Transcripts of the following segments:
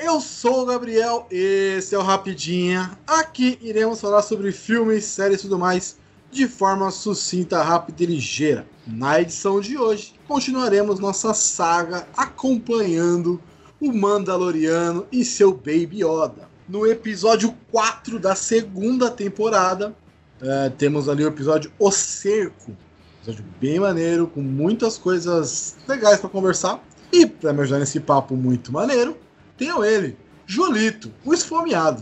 Eu sou o Gabriel, esse é o Rapidinha. Aqui iremos falar sobre filmes, séries e tudo mais de forma sucinta, rápida e ligeira. Na edição de hoje, continuaremos nossa saga acompanhando o Mandaloriano e seu Baby Yoda. No episódio 4 da segunda temporada, temos ali o episódio O Cerco. Episódio bem maneiro, com muitas coisas legais para conversar. E para me ajudar nesse papo muito maneiro, tenho ele, Julito, o esfomeado.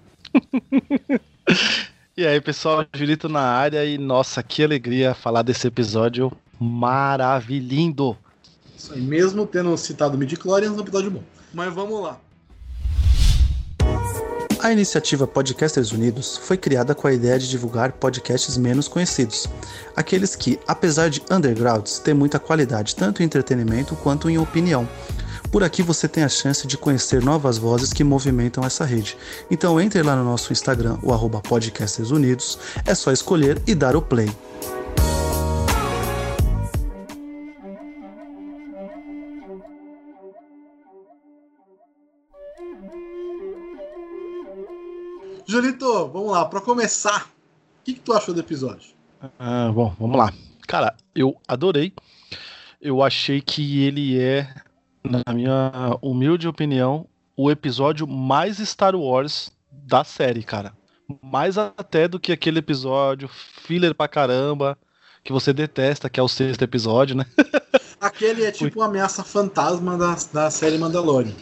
E aí, pessoal, Julito na área e nossa, que alegria falar desse episódio maravilhindo. Isso aí, mesmo tendo citado Midichlorians, é um episódio bom. Mas vamos lá. A iniciativa Podcasters Unidos foi criada com a ideia de divulgar podcasts menos conhecidos, aqueles que, apesar de undergrounds, têm muita qualidade tanto em entretenimento quanto em opinião. Por aqui você tem a chance de conhecer novas vozes que movimentam essa rede. Então entre lá no nosso Instagram, o @podcastersunidos, é só escolher e dar o play. Julito, vamos lá, para começar, o que tu achou do episódio? Bom, vamos lá. Cara, eu adorei. Eu achei que ele é, na minha humilde opinião, o episódio mais Star Wars da série, cara. Mais até do que aquele episódio filler pra caramba, que você detesta, que é o 6º episódio, né? Aquele é tipo uma ameaça fantasma da série Mandalorian.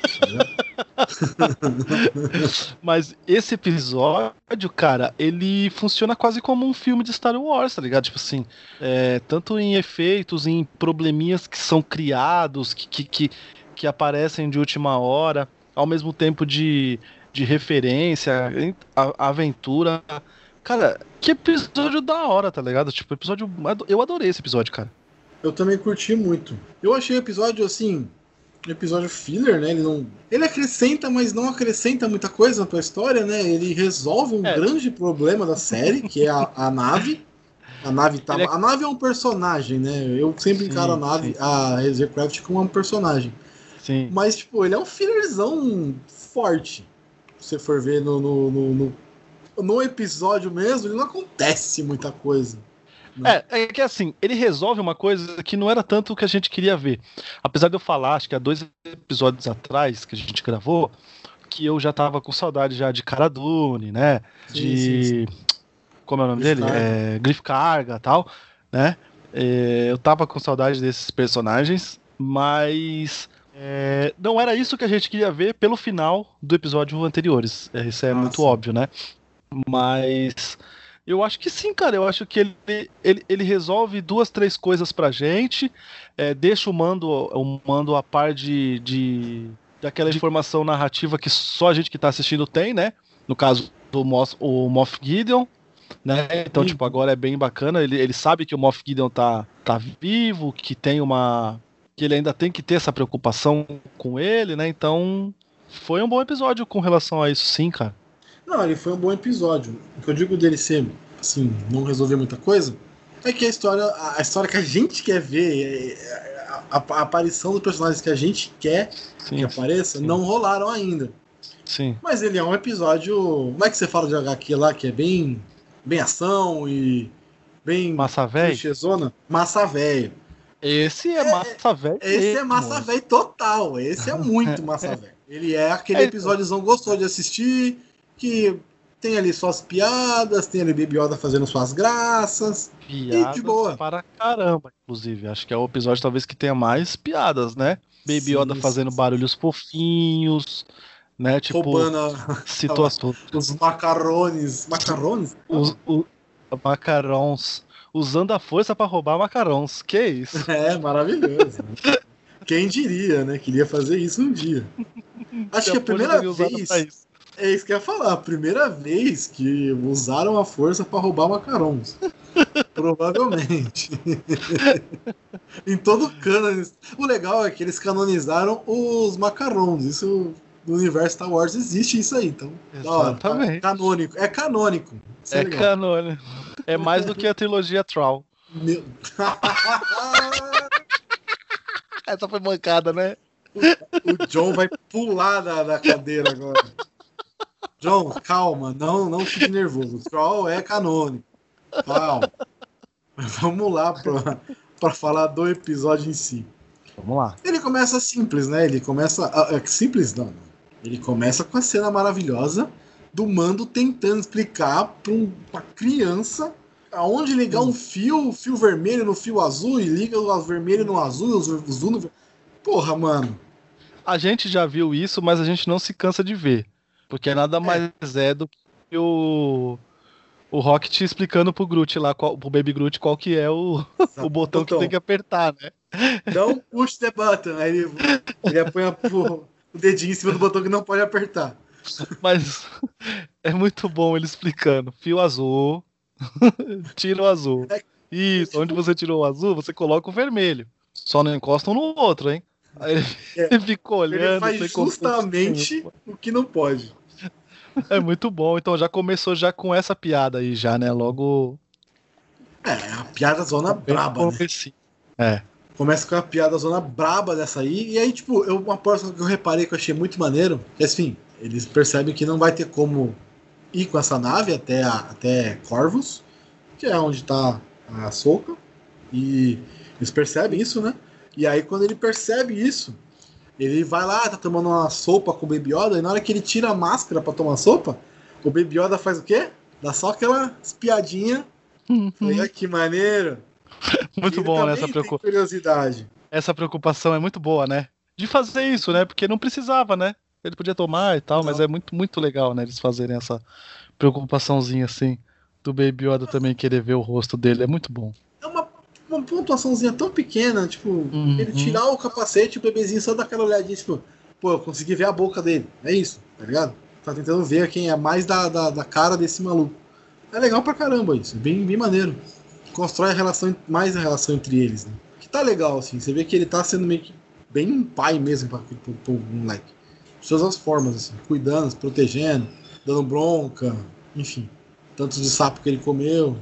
Mas esse episódio, cara, ele funciona quase como um filme de Star Wars, tá ligado? Tipo assim, tanto em efeitos, em probleminhas que são criados, que aparecem de última hora, ao mesmo tempo de referência, aventura. Cara, que episódio da hora, tá ligado? Tipo, eu adorei esse episódio, cara. Eu também curti muito. Eu achei o episódio, assim, um episódio filler, né? Ele acrescenta, mas não acrescenta muita coisa pra história, né? Ele resolve um grande problema da série, que é a nave. A nave é um personagem, né? Eu sempre encaro a nave, a Razorcraft, como um personagem. Sim. Mas, tipo, ele é um fillerzão forte. Se você for ver no episódio mesmo, ele não acontece muita coisa. É que assim, ele resolve uma coisa que não era tanto o que a gente queria ver. Apesar de eu falar, acho que há 2 episódios atrás que a gente gravou, que eu já tava com saudade já de Cara Dune, né? Sim. Como é o nome dele? Griff Karga e tal, né? Eu tava com saudade desses personagens, mas não era isso que a gente queria ver pelo final do episódio anteriores. Isso é muito óbvio, né? Mas eu acho que sim, cara. Eu acho que ele resolve 2, 3 coisas pra gente, deixa o mando a par daquela informação narrativa que só a gente que tá assistindo tem, né? No caso do Moff Gideon, né? Então, tipo, agora é bem bacana. Ele sabe que o Moff Gideon tá vivo, que ele ainda tem que ter essa preocupação com ele, né? Então, foi um bom episódio com relação a isso, sim, cara. Não, ele foi um bom episódio. O que eu digo dele ser, assim, não resolver muita coisa, é que a história que a gente quer ver, a aparição dos personagens que a gente quer que apareça, não rolaram ainda. Sim. Mas ele é um episódio. Como é que você fala de HQ lá, que é bem ação e bem massa velho? Massa velho. Esse é massa velho. Esse é massa velho total. Esse é muito massa velho. Ele é aquele episódiozão gostoso de assistir, que tem ali suas piadas, tem ali Baby Yoda fazendo suas graças. Piadas e de boa. Para caramba, inclusive. Acho que é o episódio talvez que tenha mais piadas, né? Baby Yoda fazendo barulhos fofinhos, né? Tipo, roubando os macarrões. Macarrões? Os macarrões. Usando a força para roubar macarrões. Que isso? É, maravilhoso. Quem diria, né? Queria fazer isso um dia. Acho que a primeira vez. É isso que eu ia falar. A primeira vez que usaram a força para roubar macarrões. Provavelmente. Em todo canon. O legal é que eles canonizaram os macarrões. Isso no universo Star Wars existe isso aí. Então, exatamente. Canônico. É canônico. É canônico. É mais do que a trilogia Troll. Essa foi mancada, né? O John vai pular da cadeira agora. John, calma, não fique nervoso. O Troll é canônico. Calma. Mas vamos lá pra falar do episódio em si. Vamos lá. Ele começa simples, né? Ele começa. Simples não. Ele começa com a cena maravilhosa do Mando tentando explicar pra uma criança aonde ligar um fio vermelho no fio azul e liga o vermelho no azul e o azul no. Porra, mano. A gente já viu isso, mas a gente não se cansa de ver. Porque nada mais é do que o Rocket explicando pro Groot lá, pro Baby Groot, qual que é o botão que tem que apertar, né? Não push the button. Aí ele apanha o dedinho em cima do botão que não pode apertar. Mas é muito bom ele explicando. Fio azul, tira o azul. Isso, onde você tirou o azul, você coloca o vermelho. Só não encosta um no outro, hein? Aí ele ficou olhando. Ele faz justamente o que não pode. É muito bom. Então já começou já com essa piada aí, já, né? Logo. A piada zona braba, né? Começa com a piada zona braba dessa aí. E aí, tipo, uma coisa que eu reparei que eu achei muito maneiro. Que assim, eles percebem que não vai ter como ir com essa nave até Corvus, que é onde tá a Ahsoka. E eles percebem isso, né? E aí, quando ele percebe isso, ele vai lá, tá tomando uma sopa com o Baby Yoda, e na hora que ele tira a máscara pra tomar sopa, o Baby Yoda faz o quê? Dá só aquela espiadinha. Olha que maneiro. Muito bom, né? Curiosidade. Essa preocupação é muito boa, né? De fazer isso, né? Porque não precisava, né? Ele podia tomar e tal, mas é muito, muito legal, né? Eles fazerem essa preocupaçãozinha assim do Baby Yoda também querer ver o rosto dele. É muito bom. Uma pontuaçãozinha tão pequena, tipo, ele tirar o capacete e o bebezinho só dá aquela olhadinha, tipo, pô, eu consegui ver a boca dele. É isso, tá ligado? Tá tentando ver quem é mais da cara desse maluco. É legal pra caramba isso, bem, bem maneiro. Constrói mais a relação entre eles, né? Que tá legal, assim, você vê que ele tá sendo meio que bem um pai mesmo pro moleque. De todas as formas, assim, cuidando, se protegendo, dando bronca, enfim. Tantos de sapo que ele comeu.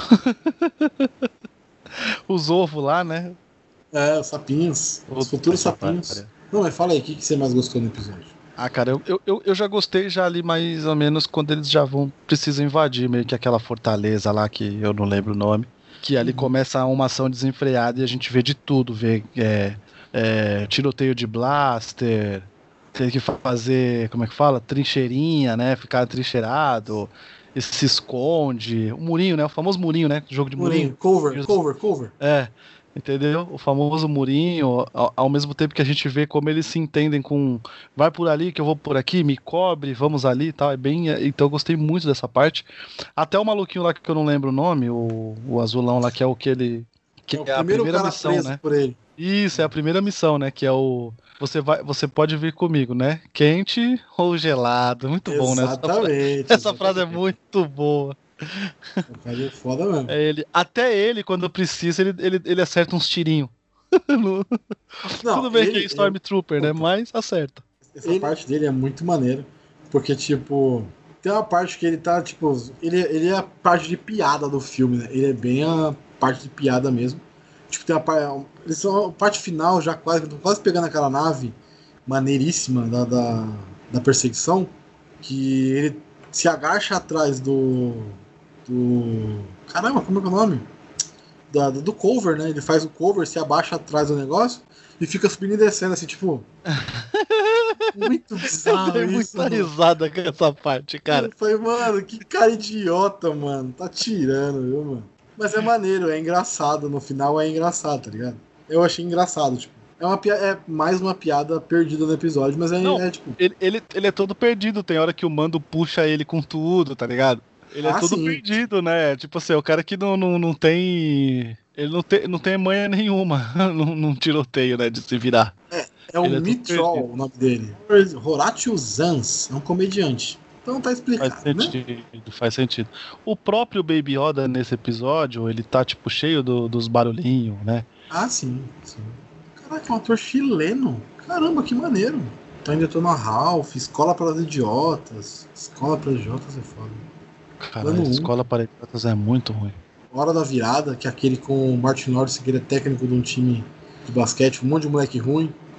Os ovos lá, né? Os sapinhos. Os futuros sapinhos. Não, mas fala aí, o que você mais gostou no episódio? Cara, eu já gostei já ali mais ou menos quando eles já precisam invadir meio que aquela fortaleza lá que eu não lembro o nome. Que ali começa uma ação desenfreada e a gente vê de tudo. Vê tiroteio de blaster, tem que fazer, como é que fala? Trincheirinha, né? Ficar trincheirado. Se esconde. O murinho, né? O famoso murinho, né? Jogo de murinho. Cover. Entendeu? O famoso murinho, ao mesmo tempo que a gente vê como eles se entendem com vai por ali que eu vou por aqui, me cobre, vamos ali e tal. Então eu gostei muito dessa parte. Até o maluquinho lá que eu não lembro o nome, o azulão lá, que é o que ele... Que é a primeira missão, né? Por ele. Isso, é a primeira missão, né? Que é o... Você pode vir comigo, né? Quente ou gelado. Muito bom, né? Essa frase é muito boa. O cara é foda mesmo. Até ele, quando precisa, ele acerta uns tirinhos. Tudo bem que é Stormtrooper, né? Mas acerta. Essa parte dele é muito maneira. Porque, tipo, tem uma parte que ele tá, tipo... Ele é a parte de piada do filme, né? Ele é bem a parte de piada mesmo. Tipo, tem a parte final, já quase pegando aquela nave maneiríssima da perseguição, que ele se agacha atrás do caramba, como é que é o nome? Do cover, né? Ele faz o cover, se abaixa atrás do negócio e fica subindo e descendo, assim, tipo... Muito bizarro isso, muita risada com essa parte, cara. Eu falei, mano, que cara idiota, mano. Tá tirando, viu, mano? Mas é maneiro, é engraçado. No final é engraçado, tá ligado? Eu achei engraçado, tipo. É mais uma piada perdida no episódio, mas tipo... Ele é todo perdido, tem hora que o Mando puxa ele com tudo, tá ligado? Ele é todo perdido, né? Tipo assim, é o cara que não tem... Ele não tem manha nenhuma num tiroteio, né? De se virar. É o Mitrol, o nome dele. Horatio Sanz, é um comediante. Então tá explicado, faz sentido. O próprio Baby Yoda nesse episódio, ele tá tipo cheio dos barulhinhos, né? Ah, sim. Caraca, é um ator chileno. Caramba, que maneiro. Tá indo na Ralph, Escola para Idiotas. Escola para Idiotas é foda. Caralho, Escola para Idiotas é muito ruim. Hora da Virada, que é aquele com o Martin Lawrence, que ele é técnico de um time de basquete, um monte de moleque ruim.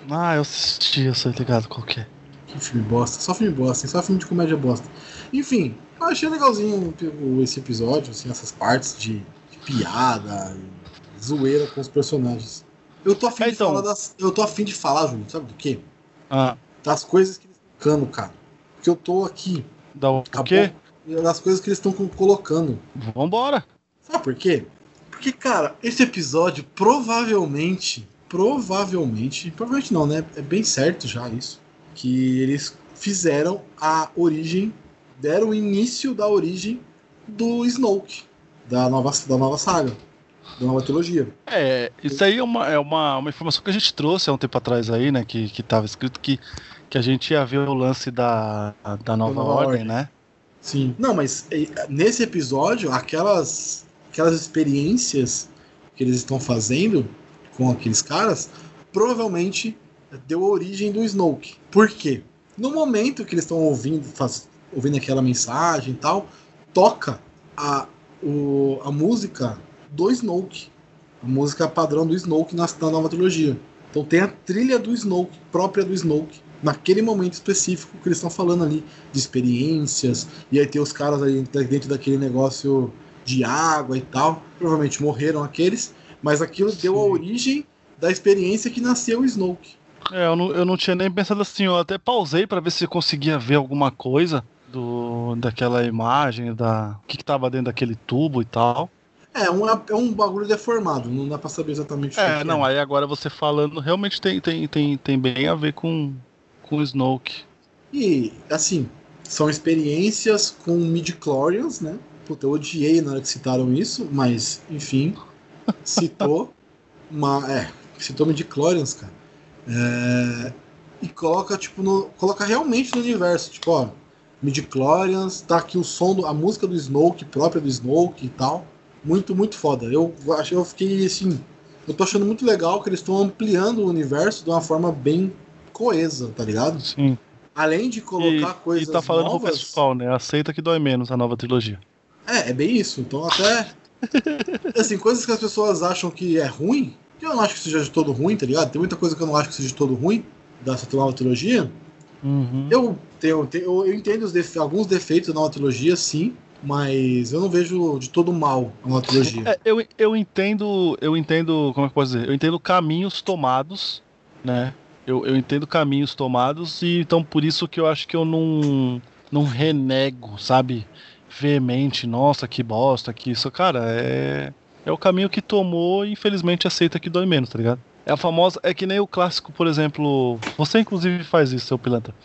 Ah, eu assisti, eu sei, ligado qual que é. Que filme bosta. Só filme bosta, só filme de comédia bosta. Enfim, eu achei legalzinho esse episódio, assim, essas partes de piada, zoeira com os personagens. Eu tô afim de Então, falar Eu tô afim de falar, Júlio, sabe do quê? ah, Das coisas que eles estão colocando, cara. Porque eu tô aqui. dá o quê? Das coisas que eles estão colocando. Vambora. Sabe por quê? Porque, cara, esse episódio provavelmente não, né? É bem certo já isso. Que eles fizeram a origem, deram o início da origem do Snoke, da nova saga, da nova trilogia. Isso aí é uma informação que a gente trouxe há um tempo atrás aí, né? Que tava escrito que a gente ia ver o lance da nova ordem, né? Sim. Não, mas nesse episódio, aquelas experiências que eles estão fazendo com aqueles caras, provavelmente deu origem do Snoke. Por quê? No momento que eles estão ouvindo aquela mensagem e tal, toca a música do Snoke. A música padrão do Snoke na nova trilogia. Então tem a trilha do Snoke, própria do Snoke, naquele momento específico que eles estão falando ali, de experiências, e aí tem os caras aí dentro daquele negócio de água e tal. Provavelmente morreram aqueles, mas aquilo deu a origem da experiência que nasceu o Snoke. Eu não tinha nem pensado assim, eu até pausei pra ver se eu conseguia ver alguma coisa daquela imagem, o que tava dentro daquele tubo e tal. É um bagulho deformado, não dá pra saber exatamente o que Não, é. aí agora você falando, realmente tem bem a ver com o Snoke. E, assim, são experiências com midi-chlorians, né? Puta, eu odiei na hora que citaram isso, mas, enfim, citou. Citou midi-chlorians, cara. E coloca, tipo, coloca realmente no universo. Tipo, ó, midi-chlorians, tá aqui o som, a música do Snoke, própria do Snoke e tal. Muito, muito foda. Eu fiquei, assim, eu tô achando muito legal que eles estão ampliando o universo de uma forma bem coesa, tá ligado? Sim. Além de colocar coisas e tá falando novas... pro pessoal, né? Aceita que dói menos a nova trilogia. É bem isso. Então até... assim, coisas que as pessoas acham que é ruim, que eu não acho que seja de todo ruim, tá ligado? Tem muita coisa que eu não acho que seja de todo ruim dessa nova trilogia. Uhum. Eu entendo alguns defeitos da nova trilogia, sim, mas eu não vejo de todo mal a nova trilogia. Eu entendo, como é que eu posso dizer? Eu entendo caminhos tomados, né? Eu entendo caminhos tomados e então por isso que eu acho que eu não renego, sabe? Veemente, nossa, que bosta, que isso, cara, é o caminho que tomou e infelizmente aceita que dói menos, tá ligado? É a famosa, é que nem o clássico, por exemplo, você inclusive faz isso, seu pilantra.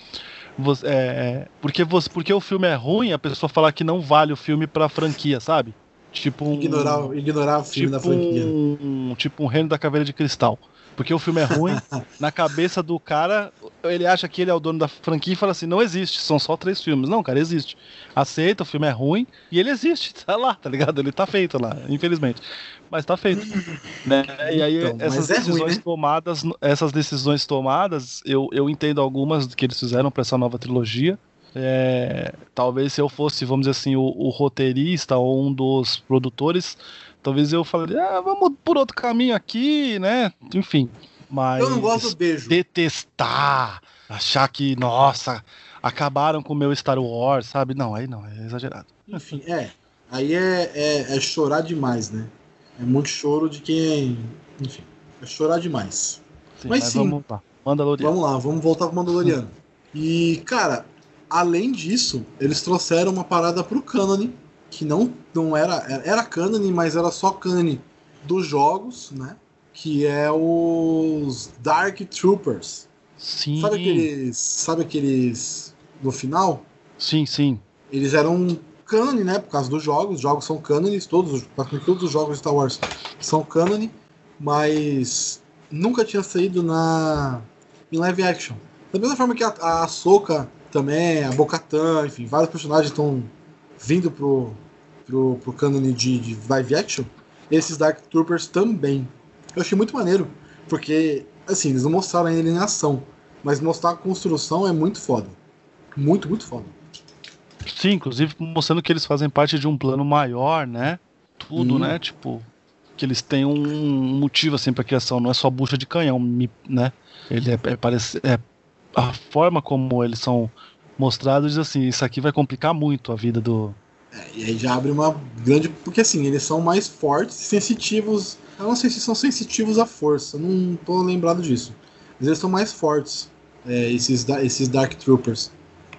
Porque o filme é ruim, a pessoa falar que não vale o filme pra franquia, sabe? Tipo ignorar o filme da franquia. Tipo um Reino da Caveira de Cristal. Porque o filme é ruim, na cabeça do cara, ele acha que ele é o dono da franquia e fala assim, não existe, são só 3 filmes. Não, cara, existe. Aceita, o filme é ruim e ele existe, tá lá, tá ligado? Ele tá feito lá, infelizmente. Mas tá feito. Né? E aí, Então, essas decisões tomadas, eu entendo algumas que eles fizeram pra essa nova trilogia. Talvez se eu fosse, vamos dizer assim, o roteirista ou um dos produtores, talvez eu falaria, vamos por outro caminho aqui, né? Enfim, mas eu não gosto do beijo. Detestar, achar que, nossa, acabaram com o meu Star Wars, sabe? Não, aí não, é exagerado. Enfim, aí é chorar demais, né? É muito choro de quem... Enfim, é chorar demais. Mas sim, vamos lá, Mandaloriano. Vamos lá, vamos voltar pro Mandaloriano. E, cara, além disso, eles trouxeram uma parada pro cânone, que não era cânone, mas era só cânone dos jogos, né? Que é os Dark Troopers. Sim. Sabe aqueles no final? Sim, sim. Eles eram cânone, né? Por causa dos jogos. Os jogos são cânones, todos os jogos de Star Wars são cânone, mas nunca tinha saído em live action. Da mesma forma que a Ahsoka também, a Bo-Katan, enfim, vários personagens estão vindo pro cânone de live action, esses Dark Troopers também. Eu achei muito maneiro, porque, assim, eles não mostraram ainda ele em ação, mas mostrar a construção é muito foda. Muito, muito foda. Sim, inclusive mostrando que eles fazem parte de um plano maior, né? Tudo, né? Tipo, que eles têm um motivo assim pra criação, não é só bucha de canhão, né? Ele parece a forma como eles são mostrados diz assim, isso aqui vai complicar muito a vida do... E aí já abre uma grande... Porque assim, eles são mais fortes e sensitivos. Eu não sei se são sensitivos à força, não tô lembrado disso. Mas eles são mais fortes, esses Dark Troopers.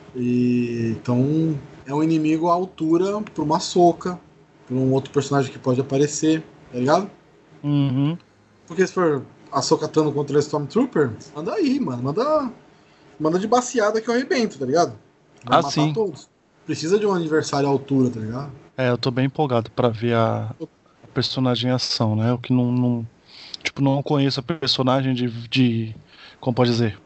Então é um inimigo à altura pra uma Ahsoka, pra um outro personagem que pode aparecer, tá ligado? Uhum. Porque se for a Ahsoka lutando contra o Stormtrooper, manda aí, mano. Manda de baseada que eu arrebento, tá ligado? Vai matar sim. todos. Precisa de um adversário à altura, tá ligado? Eu tô bem empolgado pra ver a personagem em ação, né? Eu que não conheço a personagem de como pode dizer?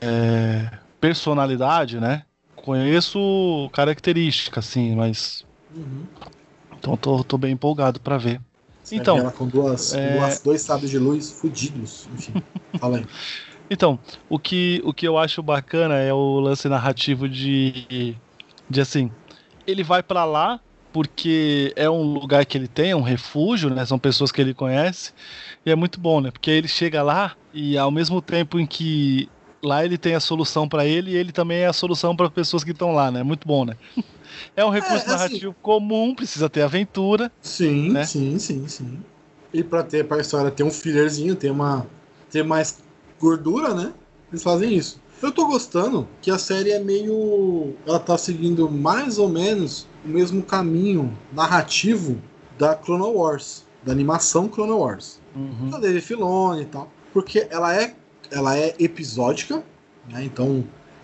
Personalidade, né? Conheço característica, assim, mas... Uhum. Então tô bem empolgado pra ver. Você então, vai ver ela com dois sabres de luz fudidos. Enfim, fala aí. Então, o que eu acho bacana é o lance narrativo de assim, ele vai pra lá porque é um lugar que ele tem, é um refúgio, né? São pessoas que ele conhece. E é muito bom, né? Porque ele chega lá e ao mesmo tempo em que lá ele tem a solução pra ele, e ele também é a solução para pessoas que estão lá, né? Muito bom, né? É um recurso narrativo comum, precisa ter aventura. Sim, né? sim. E pra a história ter um fillerzinho, ter mais gordura, né? Eles fazem isso. Eu tô gostando que a série é meio... Ela tá seguindo mais ou menos o mesmo caminho narrativo da Clone Wars, da animação Clone Wars. Uhum. Da Dave Filoni e tal. Porque ela é episódica, né? Então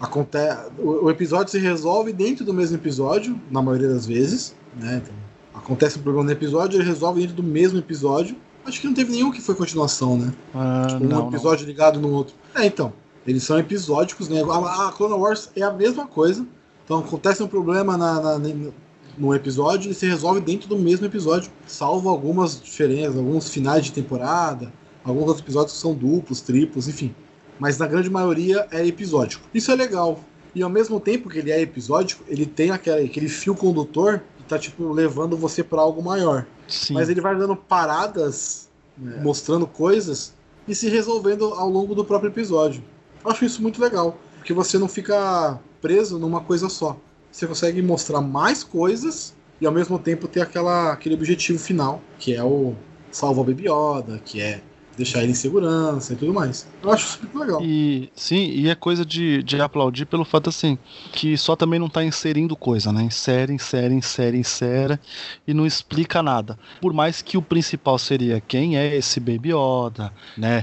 o episódio se resolve dentro do mesmo episódio, na maioria das vezes, né? Então, acontece um problema no episódio, ele resolve dentro do mesmo episódio. Acho que não teve nenhum que foi continuação, né? Um episódio ligado no outro. Então, eles são episódicos, né? A Clone Wars é a mesma coisa. Então acontece um problema no episódio e se resolve dentro do mesmo episódio, salvo algumas diferenças, alguns finais de temporada, alguns outros episódios que são duplos, triplos, enfim. Mas na grande maioria é episódico. Isso é legal. E ao mesmo tempo que ele é episódico, ele tem aquele fio condutor que tá tipo levando você para algo maior. Sim. Mas ele vai dando paradas, mostrando coisas e se resolvendo ao longo do próprio episódio. Eu acho isso muito legal, porque você não fica preso numa coisa só. Você consegue mostrar mais coisas e ao mesmo tempo ter aquele objetivo final, que é o salvar o Baby Yoda, que é deixar ele em segurança e tudo mais. Eu acho isso muito legal. E é coisa de aplaudir pelo fato assim, que só também não tá inserindo coisa, né? Insere e não explica nada. Por mais que o principal seria quem é esse Baby Yoda, né?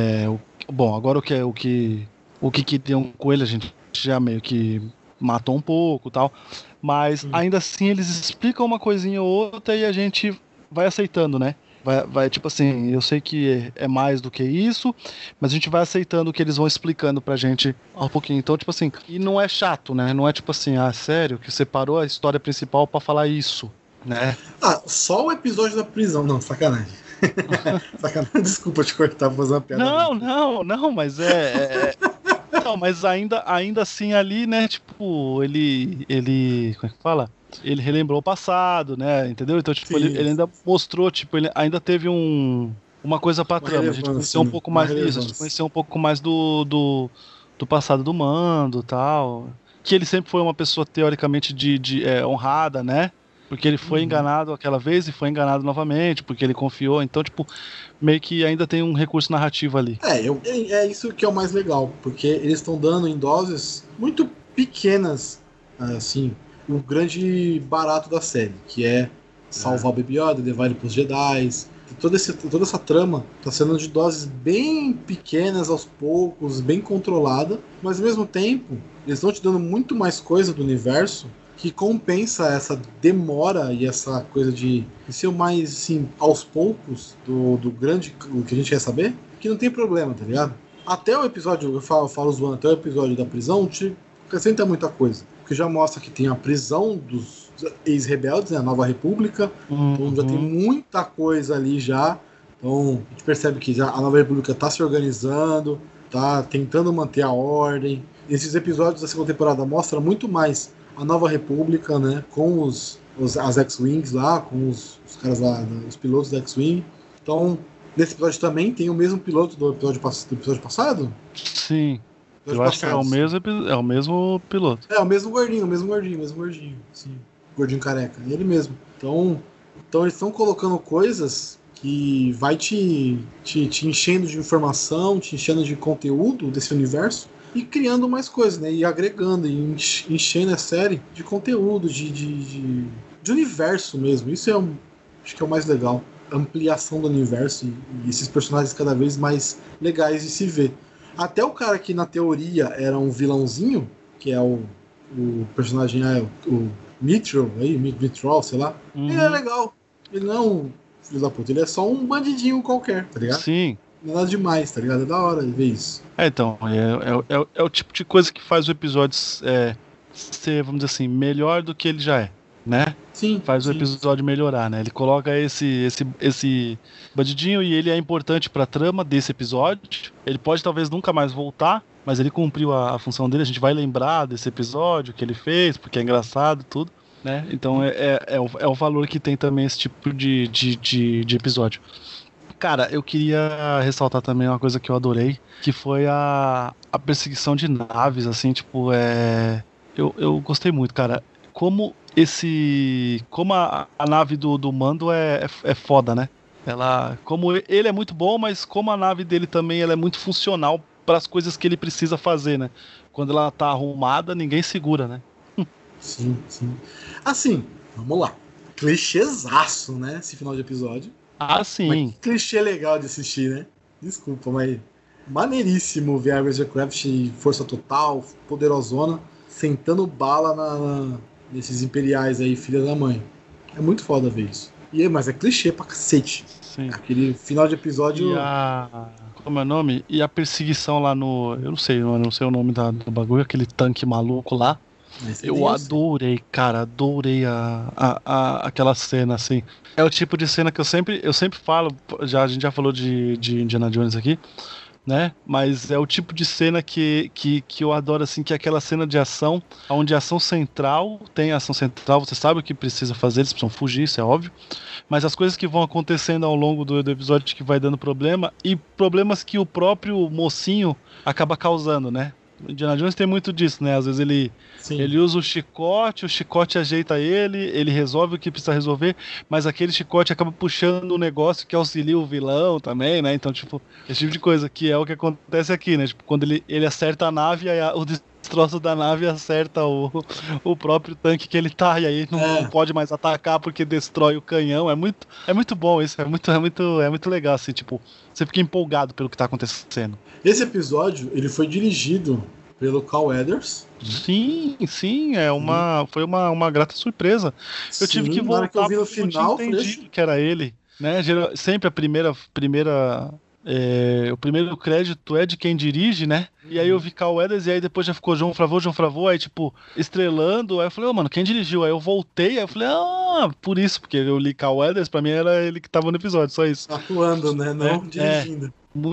Bom, agora o que queriam com ele a gente já meio que matou um pouco e tal, mas ainda assim eles explicam uma coisinha ou outra e a gente vai aceitando, né? Vai tipo assim, eu sei que é mais do que isso, mas a gente vai aceitando o que eles vão explicando pra gente um pouquinho. Então, tipo assim, e não é chato, né? Não é tipo assim, sério, que separou a história principal pra falar isso, né? Só o episódio da prisão, não, sacanagem. Sacanagem, desculpa te cortar pra fazer uma piada. Não, mas Não, mas ainda assim ali, né, tipo, ele como é que fala? Ele relembrou o passado, né, entendeu? Então, tipo, ele ainda mostrou, tipo, ele ainda teve uma coisa pra trama, a gente conheceu um pouco mais disso, a gente conheceu um pouco mais do passado do Mando e tal, que ele sempre foi uma pessoa teoricamente honrada, né, porque ele foi enganado aquela vez e foi enganado novamente, porque ele confiou, então, tipo, meio que ainda tem um recurso narrativo ali. É isso que é o mais legal, porque eles estão dando em doses muito pequenas, assim, o grande barato da série, que é salvar o Baby Yoda, levar ele pros Jedi. Toda essa trama está sendo de doses bem pequenas aos poucos, bem controlada, mas ao mesmo tempo eles estão te dando muito mais coisa do universo que compensa essa demora e essa coisa de ser mais assim, aos poucos do grande que a gente quer saber, que não tem problema, tá ligado? Até o episódio, eu falo zoando, até o episódio da prisão te acrescenta muita coisa, porque já mostra que tem a prisão dos ex-rebeldes, né, a Nova República, então já tem muita coisa ali já, então a gente percebe que já a Nova República tá se organizando, tá tentando manter a ordem. Esses episódios da segunda temporada mostram muito mais a Nova República, né, com as X-Wings lá, com os caras lá, os pilotos da X-Wing. Então, nesse episódio também tem o mesmo piloto do episódio passado? Sim. Episódio Eu acho que é o mesmo piloto. É, o mesmo gordinho. Sim. Gordinho careca. Ele mesmo. Então eles estão colocando coisas que vai te enchendo de informação, te enchendo de conteúdo desse universo e criando mais coisas, né? E agregando, e enchendo a série de conteúdo, de universo mesmo. Isso acho que é o mais legal. Ampliação do universo e esses personagens cada vez mais legais de se ver. Até o cara que na teoria era um vilãozinho, que é o personagem, o Mithril, sei lá. Uhum. Ele é legal. Ele não é um filho da puta, ele é só um bandidinho qualquer, tá ligado? Sim. Não é nada demais, tá ligado? É da hora ver isso. Então, é o tipo de coisa que faz o episódio ser, vamos dizer assim, melhor do que ele já é, né? Sim. Faz o episódio melhorar, né? Ele coloca esse bandidinho e ele é importante pra trama desse episódio. Ele pode talvez nunca mais voltar, mas ele cumpriu a função dele. A gente vai lembrar desse episódio que ele fez, porque é engraçado tudo, né? Então é o valor que tem também esse tipo de episódio. Cara, eu queria ressaltar também uma coisa que eu adorei, que foi a perseguição de naves, assim, tipo, eu gostei muito, cara. Como a nave do Mando é foda, né? Como ele é muito bom, mas como a nave dele também ela é muito funcional para as coisas que ele precisa fazer, né? Quando ela tá arrumada, ninguém segura, né? Sim. Assim, vamos lá. Clichêzaço, né? Esse final de episódio. Ah, sim. Mas que clichê legal de assistir, né? Desculpa, mas maneiríssimo ver a Razorcraft em força total, poderosona, sentando bala nesses imperiais aí, filha da mãe. É muito foda ver isso. Mas é clichê pra cacete. Sim. Aquele final de episódio... Como é o nome? E a perseguição lá no... Eu não sei o nome do bagulho, aquele tanque maluco lá. Eu adorei, cara, aquela cena, assim. É o tipo de cena que eu sempre falo, a gente já falou de Indiana Jones aqui, né? Mas é o tipo de cena que eu adoro, assim, que é aquela cena de ação, onde a ação central, você sabe o que precisa fazer, eles precisam fugir, isso é óbvio, mas as coisas que vão acontecendo ao longo do episódio que vai dando problema, e problemas que o próprio mocinho acaba causando, né? O Indiana Jones tem muito disso, né? Às vezes ele usa o chicote ajeita ele resolve o que precisa resolver, mas aquele chicote acaba puxando um negócio que auxilia o vilão também, né? Então, tipo, esse tipo de coisa que é o que acontece aqui, né? Tipo, quando ele acerta a nave, aí o destroço da nave acerta o próprio tanque que ele tá, e aí não pode mais atacar porque destrói o canhão. É muito bom isso, é muito legal, assim, tipo, você fica empolgado pelo que tá acontecendo. Esse episódio, ele foi dirigido pelo Carl Weathers. Sim, foi uma grata surpresa. Eu tive que voltar, que eu vi no final, eu entendi que era ele, né? Sempre a primeira o primeiro crédito é de quem dirige, né? E aí eu vi Carl Weathers e aí depois já ficou João Favreau, aí tipo, estrelando, aí eu falei, mano, quem dirigiu? Aí eu voltei, aí eu falei, por isso, porque eu li Carl Weathers, pra mim era ele que tava no episódio, só isso. Atuando, né? Não dirigindo.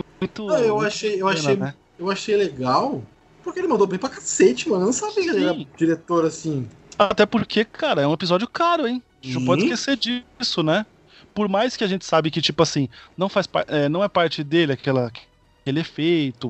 Eu achei legal, porque ele mandou bem pra cacete, mano. Eu não sabia que ele era diretor assim. Até porque, cara, é um episódio caro, hein? A gente não pode esquecer disso, né? Por mais que a gente sabe que, tipo assim, não é parte dele aquele efeito,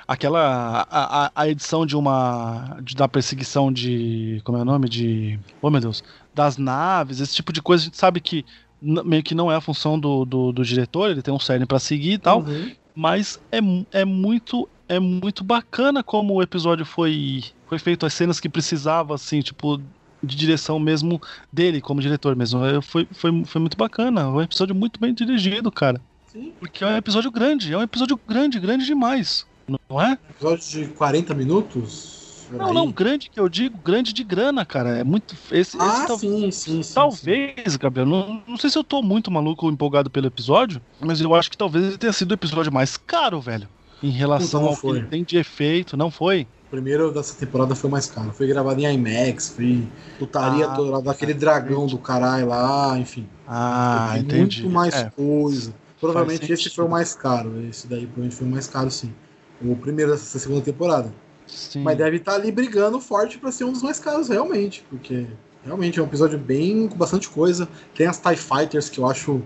a edição da perseguição como é o nome? Oh, meu Deus. Das naves, esse tipo de coisa, a gente sabe que meio que não é a função do diretor, ele tem um cerne pra seguir e tal, mas é muito bacana como o episódio foi feito, as cenas que precisava, assim, tipo, de direção mesmo dele, como diretor mesmo. Foi muito bacana, é um episódio muito bem dirigido, cara. Sim. Porque é um episódio grande grande demais, não é? Episódio de 40 minutos? Não, grande que eu digo, grande de grana, cara. É muito. Sim. Talvez, Gabriel, não sei se eu tô muito maluco ou empolgado pelo episódio, mas eu acho que talvez ele tenha sido o episódio mais caro, velho. Em relação ao que ele tem de efeito, não foi? O primeiro dessa temporada foi mais caro. Foi gravado em IMAX, foi putaria toda, daquele dragão do caralho lá, enfim. Entendi. Muito mais coisa. Provavelmente esse foi o mais caro. Esse daí provavelmente foi o mais caro, sim. O primeiro dessa segunda temporada. Sim. Mas deve estar ali brigando forte pra ser um dos mais caros, realmente. Porque realmente é um episódio com bastante coisa. Tem as TIE Fighters que eu acho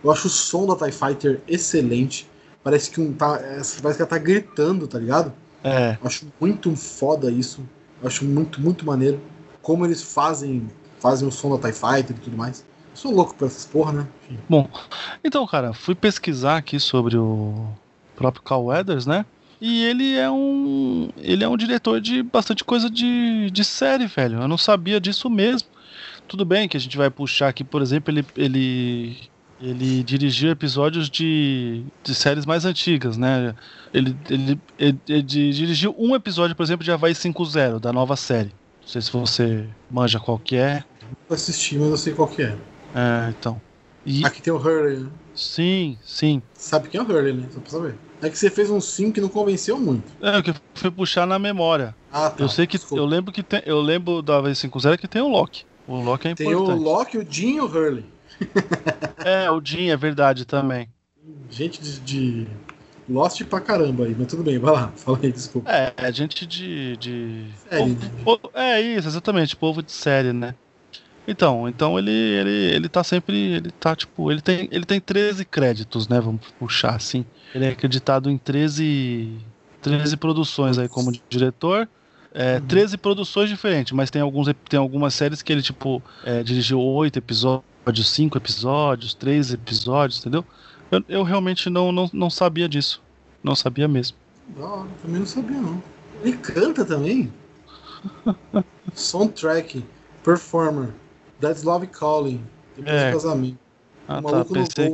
Eu acho o som da TIE Fighter excelente. Parece que parece que ela tá gritando, tá ligado? É. Eu acho muito foda isso. Eu acho muito, muito maneiro. Como eles fazem o som da TIE Fighter e tudo mais. Eu sou louco por essas porra, né? Enfim. Bom, então, cara, fui pesquisar aqui sobre o próprio Carl Weathers, né? E ele é um diretor de bastante coisa de série, velho. Eu não sabia disso mesmo. Tudo bem que a gente vai puxar aqui, por exemplo, ele dirigiu episódios de séries mais antigas, né? Ele dirigiu um episódio, por exemplo, de Hawaii 5.0, da nova série. Não sei se você manja qual que é. Eu assisti, mas eu sei qual que é. É, então. E, Aqui tem o Hurley, né? sim, sim. Sabe quem é o Hurley, né? Só pra saber. É que você fez um sim que não convenceu muito. É o que eu fui puxar na memória. Ah, tá. Eu sei que Desculpa. eu lembro da Hawaii 5.0 que tem o Loki. O Loki é Tem importante. o Loki, o Jim e o Hurley. É, o Jim, é verdade também. Gente de Lost pra caramba aí, mas tudo bem, vai lá. Fala aí, desculpa. É gente Série, né? É isso, exatamente, povo de série, né? Então ele tá sempre, ele tá tipo, ele tem 13 créditos, né, vamos puxar assim. Ele é acreditado em 13 produções aí como diretor. 13 produções diferentes, mas tem algumas séries que ele tipo dirigiu 8 episódios, 5 episódios, 3 episódios, entendeu? Eu realmente não sabia disso. Não sabia mesmo. Não, também não sabia, não. Ele canta também? Soundtrack, Performer, That's Love Calling, depois do casamento. Ah, O tá. maluco no Pensei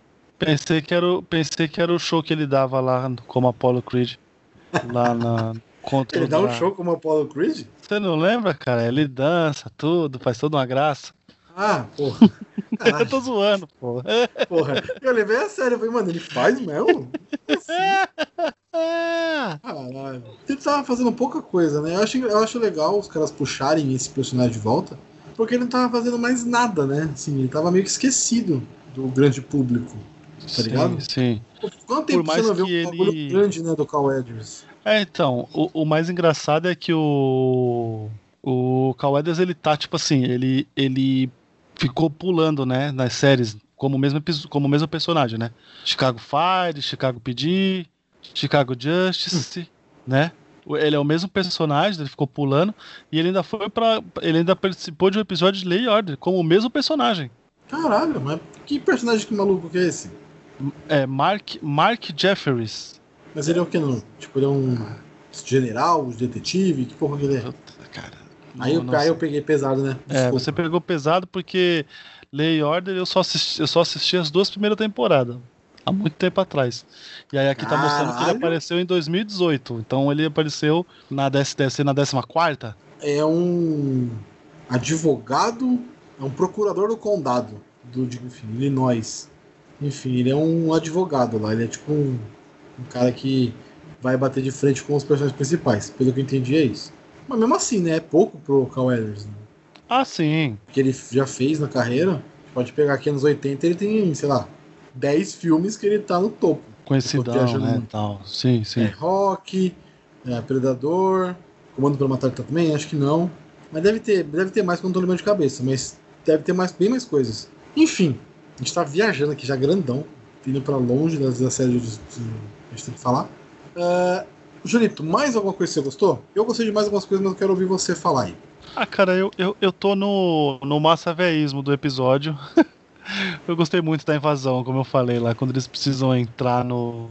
que era o show que ele dava lá como Apollo Creed. Lá na contra Ele o dá um da- show como Apollo Creed? Você não lembra, cara? Ele dança tudo, faz toda uma graça. Ah, porra. Eu tô zoando, pô. Porra. Eu levei a sério, eu falei, mano, ele faz mesmo? Caralho. Ele tava fazendo pouca coisa, né? Eu acho legal os caras puxarem esse personagem de volta, porque ele não tava fazendo mais nada, né? Assim, ele tava meio que esquecido do grande público, tá ligado? Sim. Pô, quanto tempo Por mais você não vê que um bagulho ele- grande, né, do Carl Weathers? Então, o mais engraçado é que o Carl Weathers, ele tá, tipo assim, ele ficou pulando, né, nas séries como o mesmo personagem, né? Chicago Fire, Chicago PD, Chicago Justice, né? Ele é o mesmo personagem, ele ficou pulando e ele ainda participou de um episódio de Lei e Order como o mesmo personagem. Caralho, mas que personagem que maluco que é esse? É Mark Jefferies. Mas ele é o que, não? Tipo, ele é um general, um detetive? Que porra que ele é? Puta, cara. Aí eu peguei pesado, né? Desculpa. Você pegou pesado porque Lei e Order eu só assisti as 2 primeiras temporadas. Há muito tempo atrás. E aí aqui tá mostrando que ele Caralho. apareceu em 2018. Então ele apareceu deve ser na 14ª. É um advogado, é um procurador do condado enfim, Illinois. Enfim, ele é um advogado lá. Ele é tipo um cara que vai bater de frente com os personagens principais. Pelo que eu entendi, é isso. Mas mesmo assim, né? É pouco pro Carl Weathers, né? Ah, sim. Que ele já fez na carreira. Pode pegar aqui anos 80, ele tem, sei lá, 10 filmes que ele tá no topo. Conhecidão, viajando né? muito. Tal. Sim, sim. Rock, Predador, Comando para Matar também, acho que não. Mas deve ter mais que eu não tô lembrando de cabeça, mas deve ter bem mais coisas. Enfim, a gente tá viajando aqui já grandão, indo pra longe da série que a gente tem que falar. Julito, mais alguma coisa que você gostou? Eu gostei de mais algumas coisas, mas eu quero ouvir você falar aí. Ah, cara, eu tô no massaveísmo do episódio. Eu gostei muito da invasão, como eu falei lá, quando eles precisam entrar no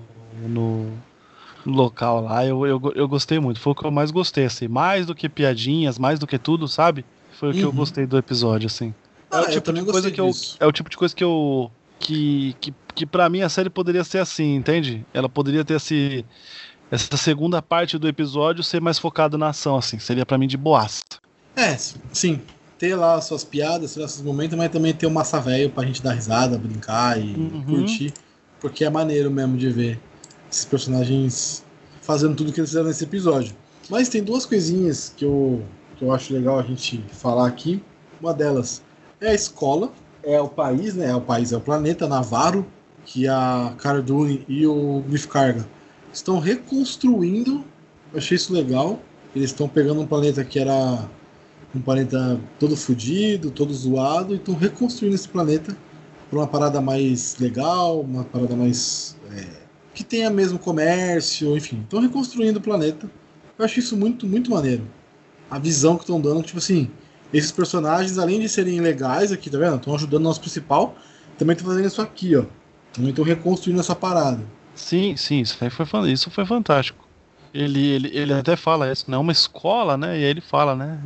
local lá, eu gostei muito. Foi o que eu mais gostei, assim. Mais do que piadinhas, mais do que tudo, sabe? Foi o que eu gostei do episódio, assim. eu também gostei disso. É o tipo de coisa que pra mim a série poderia ser assim, entende? Ela poderia ter essa segunda parte do episódio ser mais focada na ação, assim. Seria pra mim de boaça. Sim. Ter lá as suas piadas, ter esses momentos, mas também ter o massa velho pra gente dar risada, brincar e curtir. Porque é maneiro mesmo de ver esses personagens fazendo tudo que eles fizeram nesse episódio. Mas tem duas coisinhas que eu acho legal a gente falar aqui. Uma delas é a escola, é o país, né? É o planeta Navarro, que a Cara Dune e o Griff Karga estão reconstruindo. Eu achei isso legal. Eles estão pegando um planeta que era um planeta todo fodido, todo zoado, e estão reconstruindo esse planeta pra uma parada mais legal, uma parada mais... que tenha mesmo comércio, enfim. Estão reconstruindo o planeta. Eu acho isso muito, muito maneiro. A visão que estão dando, tipo assim, esses personagens, além de serem legais aqui, tá vendo? Estão ajudando o nosso principal, também estão fazendo isso aqui, ó. Também estão reconstruindo essa parada. Sim, isso foi fantástico. Ele até fala isso, não é uma escola, né? E aí ele fala, né?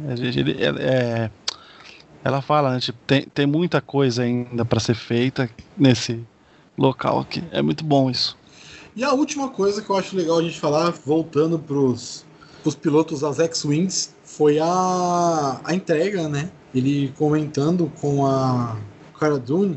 Ela fala, né? Tipo, tem muita coisa ainda pra ser feita nesse local aqui. É muito bom isso. E a última coisa que eu acho legal a gente falar, voltando pros pilotos das X-Wings, foi a entrega, né? Ele comentando com a Cara Dune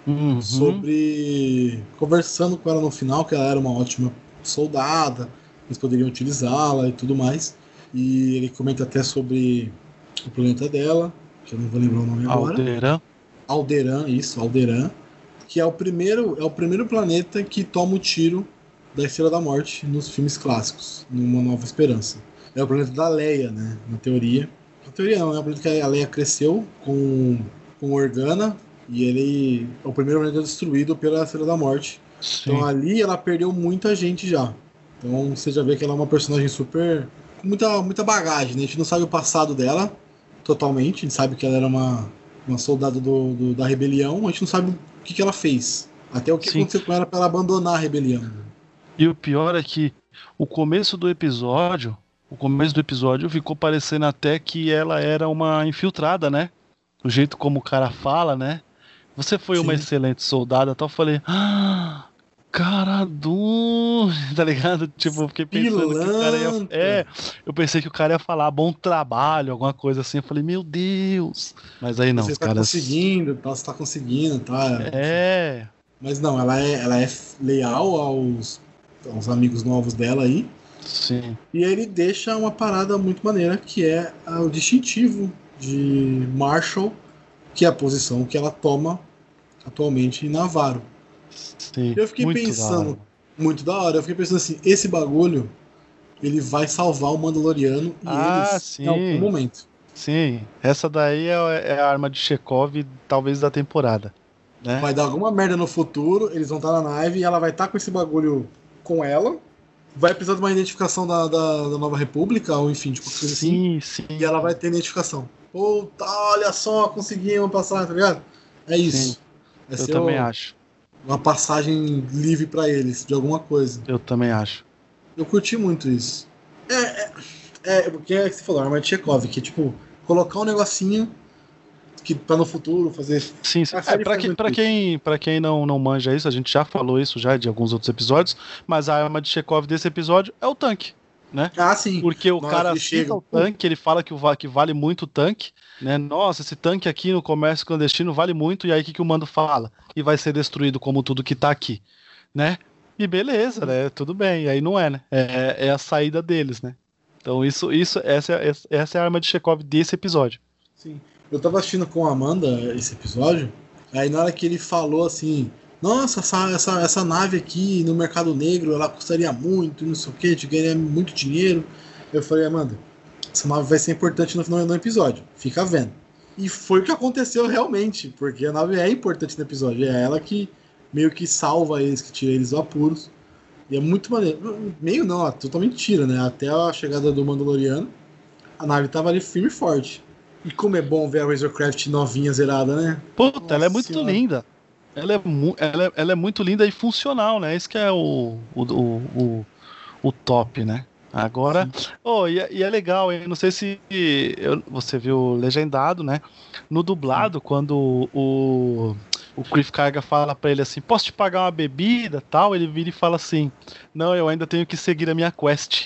sobre... conversando com ela no final, que ela era uma ótima soldada, eles poderiam utilizá-la e tudo mais. E ele comenta até sobre o planeta dela, que eu não vou lembrar o nome agora. Alderaan, isso, Alderaan. Que é o primeiro planeta que toma o tiro da Estrela da Morte nos filmes clássicos, numa Nova Esperança. É o planeta da Leia, né? Na teoria. Na teoria não, é o planeta que a Leia cresceu com Organa, e ele é o primeiro planeta destruído pela Estrela da Morte. Sim. Então ali ela perdeu muita gente já. Então você já vê que ela é uma personagem super... com muita bagagem, né? A gente não sabe o passado dela totalmente, a gente sabe que ela era uma soldada da rebelião, a gente não sabe o que ela fez. Até o que aconteceu com ela para ela abandonar a rebelião. E o pior é que o começo do episódio ficou parecendo até que ela era uma infiltrada, né? O jeito como o cara fala, né? Você foi uma excelente soldada, tal. Eu falei, Cara Dune, tá ligado? Tipo, eu fiquei pensando que o cara ia... eu pensei que o cara ia falar bom trabalho, alguma coisa assim. Eu falei, meu Deus. Mas aí não, você os tá caras... conseguindo, você tá conseguindo, tá? É. Mas não, ela é leal aos amigos novos dela aí. Sim. E ele deixa uma parada muito maneira, que é o distintivo de Marshall, que é a posição que ela toma atualmente em Navarro. Sim, eu fiquei pensando, muito da hora, eu fiquei pensando assim, esse bagulho, ele vai salvar o Mandaloriano e eles em algum momento. Sim, essa daí é a arma de Chekhov, talvez da temporada. Né? Vai dar alguma merda no futuro, eles vão estar na nave e ela vai estar com esse bagulho com ela. Vai precisar de uma identificação da Nova República, ou enfim, tipo coisa assim. Sim. E ela vai ter identificação. Puta, olha só, conseguimos passar, tá ligado? É isso. Eu também acho. Uma passagem livre pra eles, de alguma coisa. Eu também acho. Eu curti muito isso. Porque é que você falou, a arma de Chekhov, que tipo, colocar um negocinho que pra no futuro fazer... Sim. Pra quem não manja isso, a gente já falou isso já de alguns outros episódios, mas a arma de Chekhov desse episódio é o tanque, né? Sim. Porque o cara cita o tanque, ele fala que vale muito o tanque, né? Nossa, esse tanque aqui no comércio clandestino vale muito, e aí o que o Mando fala? E vai ser destruído como tudo que tá aqui, né? E beleza, né? Tudo bem, e aí não é, né? É a saída deles, né? Então essa é a arma de Chekhov desse episódio. Sim. Eu tava assistindo com a Amanda esse episódio, aí na hora que ele falou assim, nossa, essa nave aqui no mercado negro, ela custaria muito, não sei o que, a gente ganharia muito dinheiro. Eu falei, Amanda, essa nave vai ser importante no episódio, fica vendo. E foi o que aconteceu realmente, porque a nave é importante no episódio, é ela que meio que salva eles, que tira eles do apuros. E é muito maneiro. Meio não, totalmente tira, né? Até a chegada do Mandaloriano, a nave tava ali firme e forte. E como é bom ver a Razorcraft novinha, zerada, né? Puta, nossa, ela é muito linda. Ela é muito linda e funcional, né? Isso que é o top, né? Agora, e é legal, hein? Não sei se você viu legendado, né? No dublado, quando o Griff Karga fala pra ele assim, posso te pagar uma bebida, tal, ele vira e fala assim, não, eu ainda tenho que seguir a minha quest.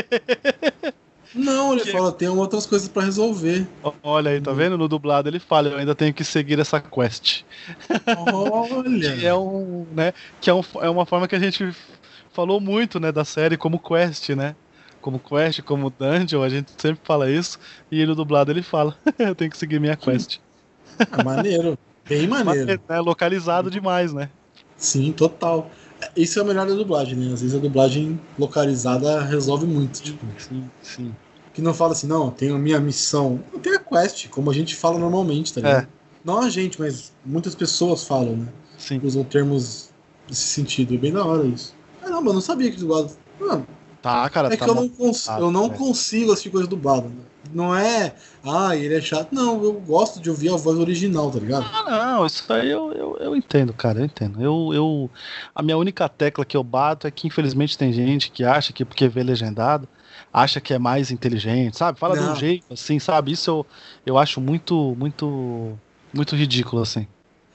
Não, ele fala, tem outras coisas pra resolver. Olha aí, tá vendo? No dublado ele fala, eu ainda tenho que seguir essa quest. Olha! É uma forma que a gente falou muito, né, da série como quest, né? Como quest, como dungeon, a gente sempre fala isso, e no dublado ele fala, eu tenho que seguir minha quest. É maneiro, bem maneiro. É localizado demais, né? Sim, total. Isso é o melhor da dublagem, né? Às vezes a dublagem localizada resolve muito, tipo. Sim. Que não fala assim, não, tenho a minha missão. Não tem a quest, como a gente fala normalmente, tá ligado? Não a gente, mas muitas pessoas falam, né? Sim. usam termos nesse sentido. É bem da hora isso. Caramba, eu não sabia que dublado. Mano, Tá, cara, é tá que eu não velho. consigo assistir coisa dublada. Né? Não é, ele é chato. Não, eu gosto de ouvir a voz original, tá ligado? Ah, não, isso aí eu entendo, cara, eu entendo. A minha única tecla que eu bato é que, infelizmente, tem gente que acha que porque vê legendado, acha que é mais inteligente, sabe? Fala de um Não. jeito, assim, sabe? Isso eu acho muito ridículo, assim.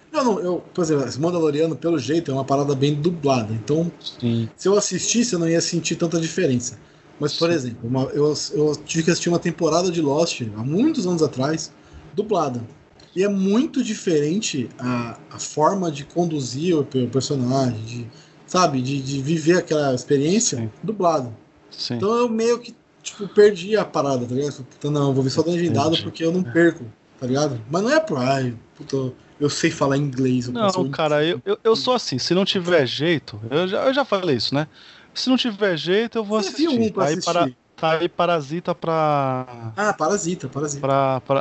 Por exemplo, esse Mandaloriano, pelo jeito, é uma parada bem dublada. Então, Sim, se eu assistisse, eu não ia sentir tanta diferença. Mas, por sim, exemplo, eu tive que assistir uma temporada de Lost há muitos anos atrás, dublada. E é muito diferente a forma de conduzir o personagem, sabe, de viver aquela experiência sim, dublada. sim. Então eu meio que, tipo, perdi a parada, tá ligado? Então, não, eu vou ver só legendado Entendi. porque eu não perco, tá ligado? Mas não é por, puta, eu sei falar inglês, eu posso. Não, cara, eu sou assim, se não tiver jeito, eu já falei isso, né? Se não tiver jeito, eu vou Você viu um assistir. pra assistir? Tá aí Parasita pra. Ah, Parasita.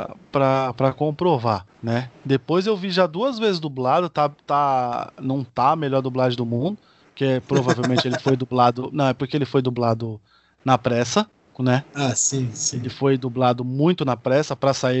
Pra comprovar, né? Depois eu vi já 2 vezes dublado, não tá a melhor dublagem do mundo, que provavelmente ele foi dublado, não, é porque ele foi dublado na pressa, né? Ah, sim, sim. Ele foi dublado muito na pressa pra sair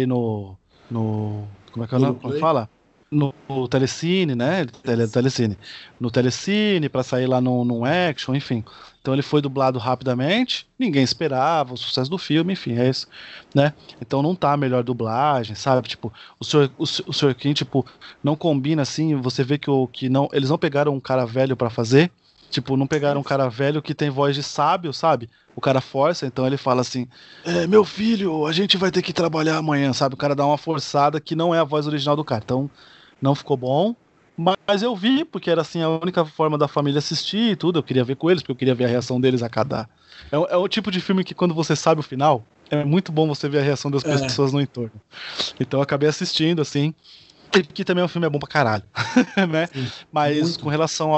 no, como é que é o nome? Como é que Globoplay. fala? No Telecine, né? Telecine. No Telecine, pra sair lá no Action, enfim. Então ele foi dublado rapidamente, ninguém esperava o sucesso do filme, enfim, é isso, né? Então não tá a melhor dublagem, sabe? Tipo, o Sr. Kim, tipo, não combina assim, você vê que não, eles não pegaram um cara velho pra fazer, tipo, não pegaram um cara velho que tem voz de sábio, sabe? O cara força, então ele fala assim: meu filho, a gente vai ter que trabalhar amanhã, sabe? O cara dá uma forçada que não é a voz original do cara. Então, não ficou bom. Mas eu vi, porque era assim a única forma da família assistir e tudo. Eu queria ver com eles, porque eu queria ver a reação deles a cada. É o tipo de filme que, quando você sabe o final, é muito bom você ver a reação das É, pessoas no entorno. Então eu acabei assistindo, assim. E que também o filme é bom pra caralho, né? sim. Mas com Muito. relação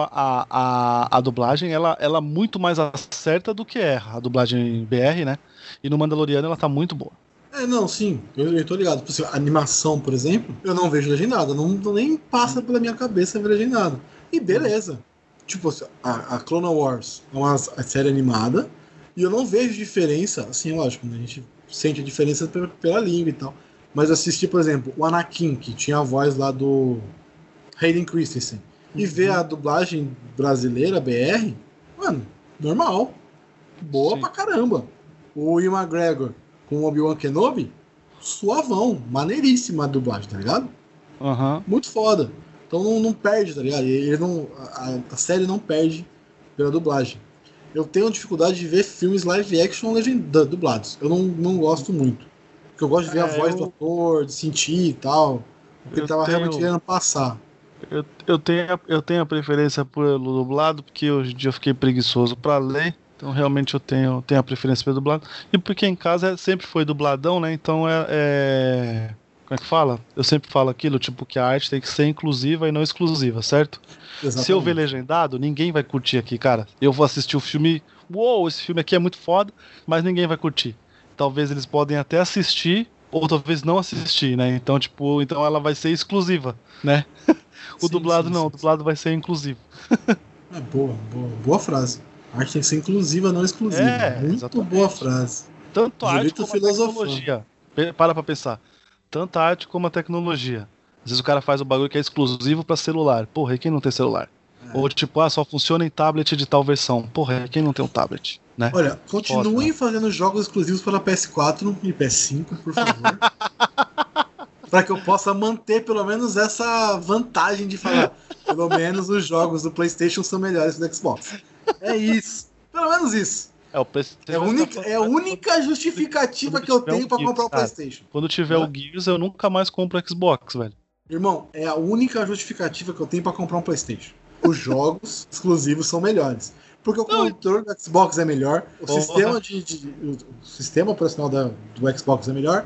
à dublagem, ela muito mais acerta do que erra. A dublagem BR, né? E no Mandaloriano ela tá muito boa. Não, sim, eu tô ligado. Por exemplo, animação, por exemplo, eu não vejo legendado. Não, nem passa pela minha cabeça ver legendado. E Uhum. beleza. Tipo, assim, a Clone Wars é uma série animada. E eu não vejo diferença. Assim, lógico, né, a gente sente a diferença pela língua e tal. Mas assistir, por exemplo, o Anakin, que tinha a voz lá do Hayden Christensen, e ver a Uhum. dublagem brasileira, BR, mano, normal. Boa Sim. pra caramba. O Ian McGregor com o Obi-Wan Kenobi, suavão, maneiríssima a dublagem, tá ligado? Aham. Muito foda. Então não perde, tá ligado? Ele não, a série não perde pela dublagem. Eu tenho dificuldade de ver filmes live action dublados. Eu não gosto muito. Porque eu gosto de ver a voz do Eu, ator, de sentir e tal. O que ele eu tava realmente tenho. querendo passar. Eu tenho a preferência pelo dublado, porque hoje em dia eu fiquei preguiçoso pra ler. Então realmente eu tenho a preferência pelo dublado. E porque em casa sempre foi dubladão, né? Então como é que fala? Eu sempre falo aquilo, tipo, que a arte tem que ser inclusiva e não exclusiva, certo? Se eu ver Exatamente. legendado, ninguém vai curtir aqui, cara. Eu vou assistir o filme. Uou, esse filme aqui é muito foda, mas ninguém vai curtir. Talvez eles podem até assistir, ou talvez não assistir, né? Então, tipo, então ela vai ser exclusiva, né? O Sim, dublado sim, não, o sim. dublado vai ser inclusivo. Boa frase. A arte tem que ser inclusiva, não exclusiva. Muito boa Exatamente. frase. Tanto a arte Julito como a filosofando. tecnologia. Para pra pensar. Tanto a arte como a tecnologia. Às vezes o cara faz um bagulho que é exclusivo pra celular. Porra, e quem não tem celular? Ou É. tipo, só funciona em tablet de tal versão. Porra, e quem não tem um tablet, né? Olha, Foda, né? continuem fazendo jogos exclusivos para PS4 e PS5, por favor. Para que eu possa manter pelo menos essa vantagem de falar. Pelo menos os jogos do PlayStation são melhores que do Xbox. É isso. Pelo menos isso. O É a PlayStation vai ficar única, falando é a mais única quando justificativa que eu tiver um tenho para comprar Gears, o cara. PlayStation. Quando tiver o Né? Gears, eu nunca mais compro o Xbox, velho. Irmão, é a única justificativa que eu tenho para comprar um PlayStation. Os jogos exclusivos são melhores. Porque o Não, controle do Xbox é melhor, o porra. sistema o sistema operacional do Xbox é melhor,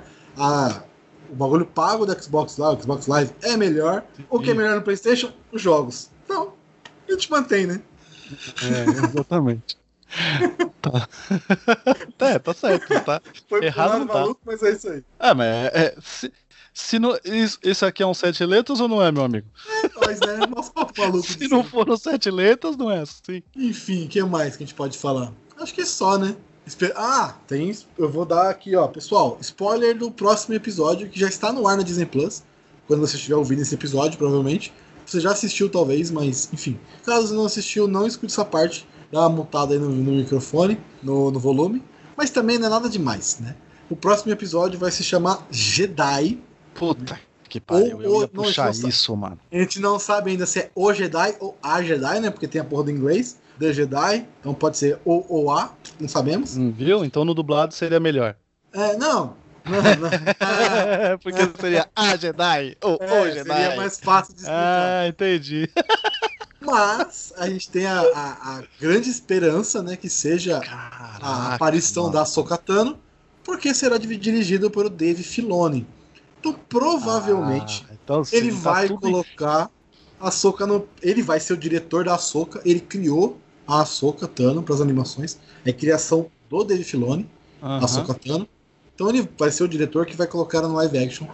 o bagulho pago do Xbox lá, o Xbox Live é melhor. O que é Sim. melhor no PlayStation? Os jogos. Então, a gente mantém, né? Exatamente. Tá. Tá certo, tá? Foi pro Errado lado não tá. maluco, mas é isso aí. Mas Se não, isso aqui é um 7 letras ou não é, meu amigo? Mas né, nossa, maluco. Se não for um 7 letras, não é assim. Enfim, o que mais que a gente pode falar? Acho que é só, né? Eu vou dar aqui, ó, pessoal, spoiler do próximo episódio que já está no ar na Disney Plus. Quando você estiver ouvindo esse episódio, provavelmente. Você já assistiu, talvez, mas enfim. Caso você não assistiu, não escute essa parte. Dá uma mutada aí no microfone, no volume. Mas também não é nada demais, né? O próximo episódio vai se chamar Jedi. Puta que pariu, eu ia puxar isso, mano. A gente não sabe ainda se é o Jedi ou a Jedi, né? Porque tem a porra do inglês. The Jedi, então pode ser o ou a, não sabemos. Viu? Então no dublado seria melhor. Não. Porque seria a Jedi ou o Jedi. Seria mais fácil de explicar. Entendi. Mas a gente tem a grande esperança, né, que seja a aparição da Ahsoka Tano, porque será dirigido pelo Dave Filoni. Então provavelmente ele vai colocar a Ahsoka no... Ele vai ser o diretor da Ahsoka, ele criou a Ahsoka Tano para as animações, é criação do Dave Filoni, a Ahsoka Tano. Então ele vai ser o diretor que vai colocar ela no live action.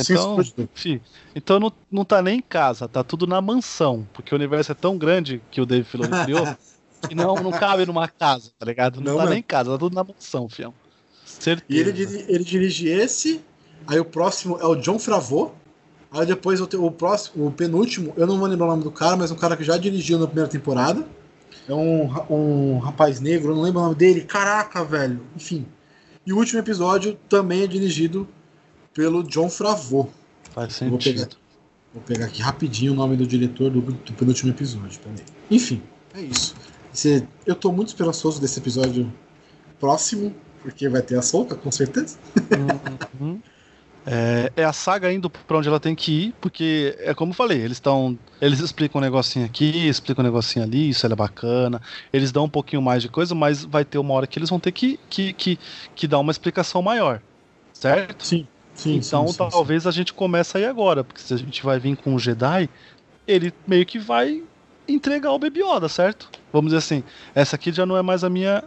Então não tá nem em casa, tá tudo na mansão, porque o universo é tão grande que o Dave Filoni criou que não cabe numa casa, tá ligado? Não tá nem em casa, tá tudo na mansão, fião. Certeza. E ele dirige esse, aí o próximo é o Jon Favreau, aí depois o penúltimo, eu não vou lembrar o nome do cara, mas um cara que já dirigiu na primeira temporada. É um rapaz negro, eu não lembro o nome dele. Caraca, velho. Enfim. E o último episódio também é dirigido pelo Jon Favreau. Faz sentido. Vou pegar aqui rapidinho o nome do diretor do penúltimo episódio. Peraí. Enfim, é isso. Eu tô muito esperançoso desse episódio próximo, porque vai ter a Ahsoka, com certeza. É a saga indo pra onde ela tem que ir, porque é como eu falei, eles explicam um negocinho aqui, explicam um negocinho ali, isso é bacana, eles dão um pouquinho mais de coisa, mas vai ter uma hora que eles vão ter que dar uma explicação maior, certo? Sim. Então talvez a gente comece aí agora, porque se a gente vai vir com o Jedi, ele meio que vai entregar o Baby Yoda, certo? Vamos dizer assim, essa aqui já não é mais a minha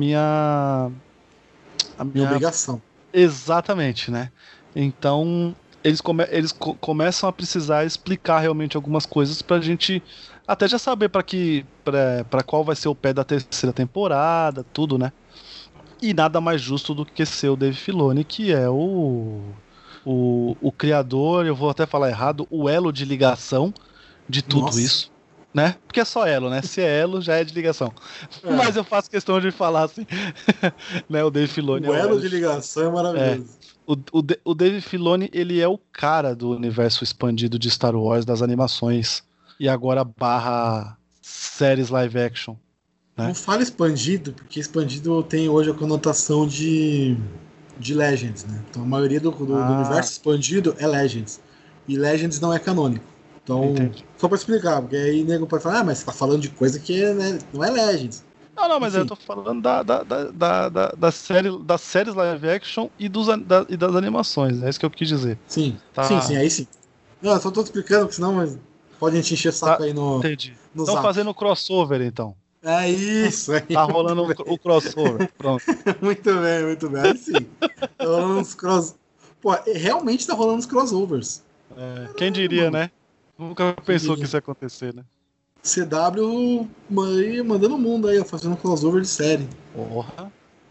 obrigação. Exatamente, né? Então, eles começam a precisar explicar realmente algumas coisas pra gente até já saber pra qual vai ser o pé da terceira temporada, tudo, né? E nada mais justo do que ser o Dave Filoni, que é o criador, eu vou até falar errado, o elo de ligação de tudo isso, né? Porque é só elo, né? Se é elo, já é de ligação. Mas eu faço questão de falar assim, né? O Dave Filoni o elo de ligação é maravilhoso. O Dave Filoni, ele é o cara do universo expandido de Star Wars, das animações, e agora / séries live action. Né? Não fala expandido, porque expandido tem hoje a conotação de Legends, né? Então a maioria do universo expandido é Legends. E Legends não é canônico. Então, só pra explicar, porque aí o nego pode falar, mas você tá falando de coisa que né, não é Legends. Não, mas eu tô falando das séries live action e das animações, é isso que eu quis dizer. Sim, aí sim. Não, eu só tô explicando, porque senão pode a gente encher o saco aí no. Entendi. Estão fazendo crossover, então. É isso aí. Tá rolando o crossover, pronto. Muito bem. Aí sim. Tá rolando uns Pô, realmente tá rolando uns crossovers. Quem diria, né? Nunca pensou que isso ia acontecer, né? CW mandando o mundo aí, fazendo crossover de série. Porra.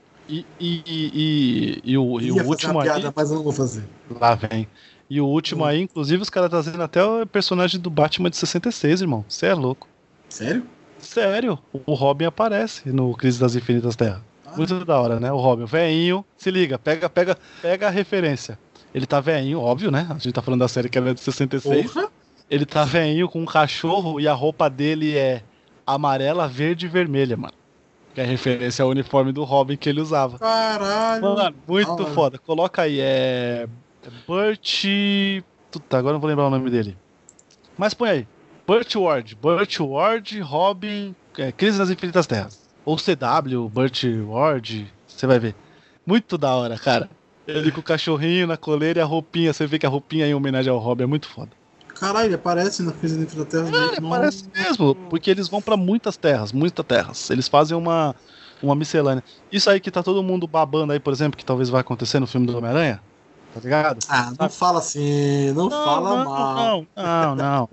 E o último aí. Piada, mas eu não vou fazer. Lá vem. E o último aí, inclusive, os caras trazendo até o personagem do Batman de 66, irmão. Você é louco. Sério? Sério. O Robin aparece no Crise das Infinitas Terras. Muito da hora, né? O Robin, o veinho. Se liga, pega a referência. Ele tá veinho, óbvio, né? A gente tá falando da série que era de 66. Porra. Ele tá veinho com um cachorro e a roupa dele é amarela, verde e vermelha, mano. Que é referência ao uniforme do Robin que ele usava. Caralho. Mano, muito foda. Coloca aí, Burt... Puta, agora não vou lembrar o nome dele. Mas põe aí. Burt Ward, Robin, Crise nas Infinitas Terras. Ou CW, Burt Ward, você vai ver. Muito da hora, cara. Ele com o cachorrinho na coleira e a roupinha. Você vê que a roupinha é em homenagem ao Robin, é muito foda. Caralho, ele aparece na Crise das Infinitas Terras. Ele aparece mesmo, porque eles vão pra muitas terras. Eles fazem uma miscelânea. Isso aí que tá todo mundo babando aí, por exemplo, que talvez vai acontecer no filme do Homem-Aranha. tá ligado? Ah, não fala assim, não fala mal. Não.